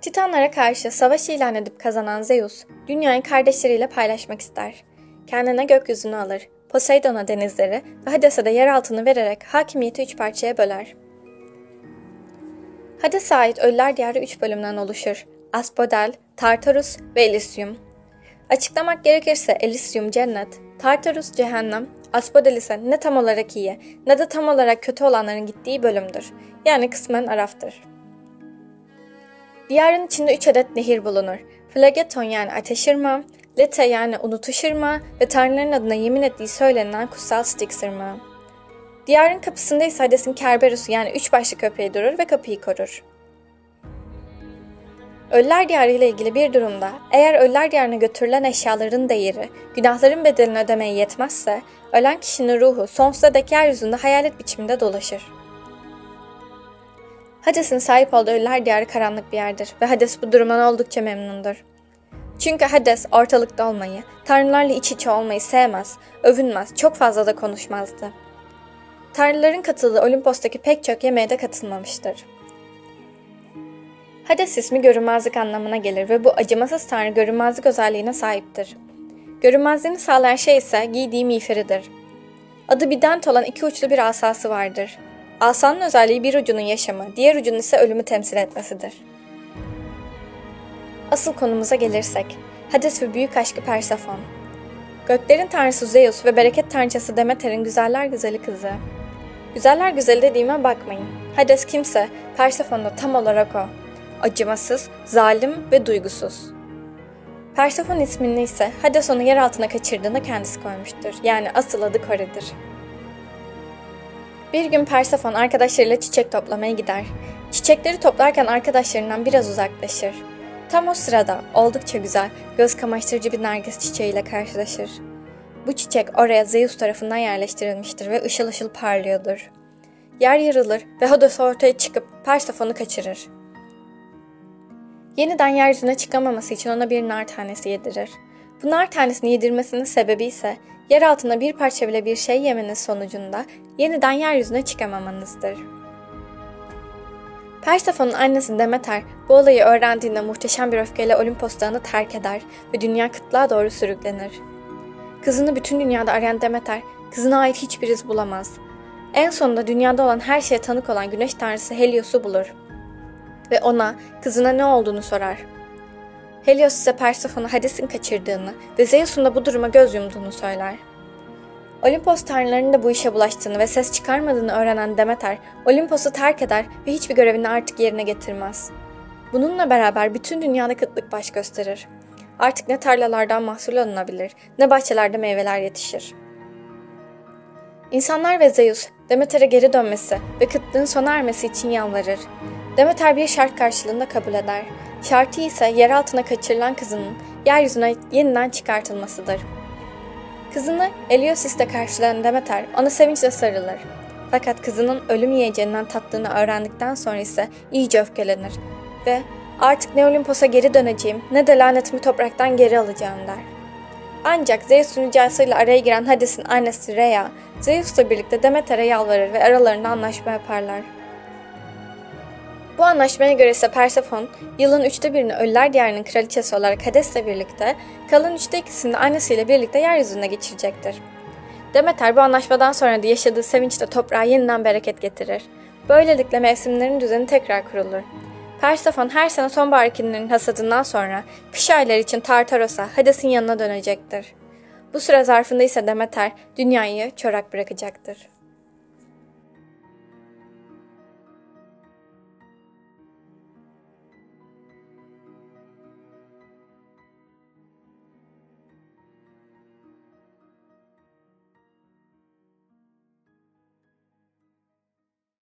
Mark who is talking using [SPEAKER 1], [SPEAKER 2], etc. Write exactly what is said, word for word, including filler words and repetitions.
[SPEAKER 1] Titanlara karşı savaş ilan edip kazanan Zeus, dünyayı kardeşleriyle paylaşmak ister. Kendine gökyüzünü alır, Poseidon'a denizleri ve Hades'e de yeraltını vererek hakimiyeti üç parçaya böler. Hades'e ait Ölüler Diyarı üç bölümden oluşur. Asphodel, Tartarus ve Elysium. Açıklamak gerekirse Elysium cennet, Tartarus cehennem, Asphodel ise ne tam olarak iyi ne de tam olarak kötü olanların gittiği bölümdür. Yani kısmen araftır. Diyarın içinde üç adet nehir bulunur. Phlegeton yani ateş ırmağı, Lete yani unutuş ırmağı ve tanrıların adına yemin ettiği söylenen kutsal Styx ırmağı. Diyarın kapısında ise Hades'in Kerberus'u yani üç başlı köpeği durur ve kapıyı korur. Ölüler Diyarı ile ilgili bir durumda eğer Ölüler Diyarı'na götürülen eşyaların değeri günahların bedelini ödemeye yetmezse ölen kişinin ruhu sonsuza dek yeryüzünde hayalet biçiminde dolaşır. Hades'in sahip olduğu Ölüler Diyarı karanlık bir yerdir ve Hades bu durumdan oldukça memnundur. Çünkü Hades ortalıkta olmayı, tanrılarla iç içe olmayı sevmez, övünmez, çok fazla da konuşmazdı. Tanrıların katıldığı Olimpos'taki pek çok yemeğe de katılmamıştır. Hades ismi görünmezlik anlamına gelir ve bu acımasız tanrı görünmezlik özelliğine sahiptir. Görünmezliğini sağlayan şey ise giydiği miğferidir. Adı bident olan iki uçlu bir asası vardır. Asanın özelliği bir ucunun yaşamı, diğer ucunun ise ölümü temsil etmesidir. Asıl konumuza gelirsek, Hades ve büyük aşkı Persefon. Göklerin tanrısı Zeus ve bereket tanrıçası Demeter'in güzeller güzeli kızı. Güzeller güzeli dediğime bakmayın. Hades kimse, Persefon da tam olarak o. Acımasız, zalim ve duygusuz. Persefon ismini ise Hades onu yer altına kaçırdığında kendisi koymuştur. Yani asıl adı Kore'dir. Bir gün Persefon arkadaşlarıyla çiçek toplamaya gider. Çiçekleri toplarken arkadaşlarından biraz uzaklaşır. Tam o sırada oldukça güzel, göz kamaştırıcı bir nergis çiçeğiyle karşılaşır. Bu çiçek oraya Zeus tarafından yerleştirilmiştir ve ışıl ışıl parlıyordur. Yer yarılır ve Hades ortaya çıkıp Persefon'u kaçırır. Yeniden yeryüzüne çıkamaması için ona bir nar tanesi yedirir. Bu nar tanesini yedirmesinin sebebi ise yer altında bir parça bile bir şey yemeniz sonucunda yeniden yeryüzüne çıkamamanızdır. Persefon'un annesi Demeter bu olayı öğrendiğinde muhteşem bir öfkeyle Olimpos dağını terk eder ve dünya kıtlığa doğru sürüklenir. Kızını bütün dünyada arayan Demeter, kızına ait hiçbir iz bulamaz. En sonunda dünyada olan her şeye tanık olan güneş tanrısı Helios'u bulur ve ona kızına ne olduğunu sorar. Helios ise Persefon'u Hades'in kaçırdığını ve Zeus'un da bu duruma göz yumduğunu söyler. Olimpos tanrılarının da bu işe bulaştığını ve ses çıkarmadığını öğrenen Demeter, Olimpos'u terk eder ve hiçbir görevini artık yerine getirmez. Bununla beraber bütün dünyada kıtlık baş gösterir. Artık ne tarlalardan mahsul alınabilir, ne bahçelerde meyveler yetişir. İnsanlar ve Zeus, Demeter'e geri dönmesi ve kıtlığın sona ermesi için yalvarır. Demeter bir şart karşılığında kabul eder. Şartı ise yer altına kaçırılan kızının yeryüzüne yeniden çıkartılmasıdır. Kızını Helios'te karşılayan Demeter ona sevinçle sarılır. Fakat kızının ölüm yiyeceğinden tattığını öğrendikten sonra ise iyice öfkelenir ve artık ne Olimpos'a geri döneceğim ne de lanetimi topraktan geri alacağım der. Ancak Zeus'un ricasıyla araya giren Hades'in annesi Rhea, Zeus'la birlikte Demeter'e yalvarır ve aralarında anlaşma yaparlar. Bu anlaşmaya göre ise Persefon, yılın üçte birini Ölüler Diyarı'nın kraliçesi olarak Hades'le birlikte, kalan üçte ikisini de annesiyle birlikte yeryüzünde geçirecektir. Demeter bu anlaşmadan sonra da yaşadığı sevinçle toprağa yeniden bereket getirir. Böylelikle mevsimlerin düzeni tekrar kurulur. Persefon her sene sonbahar ekinlerinin hasadından sonra kış ayları için Tartaros'a, Hades'in yanına dönecektir. Bu süre zarfında ise Demeter dünyayı çorak bırakacaktır.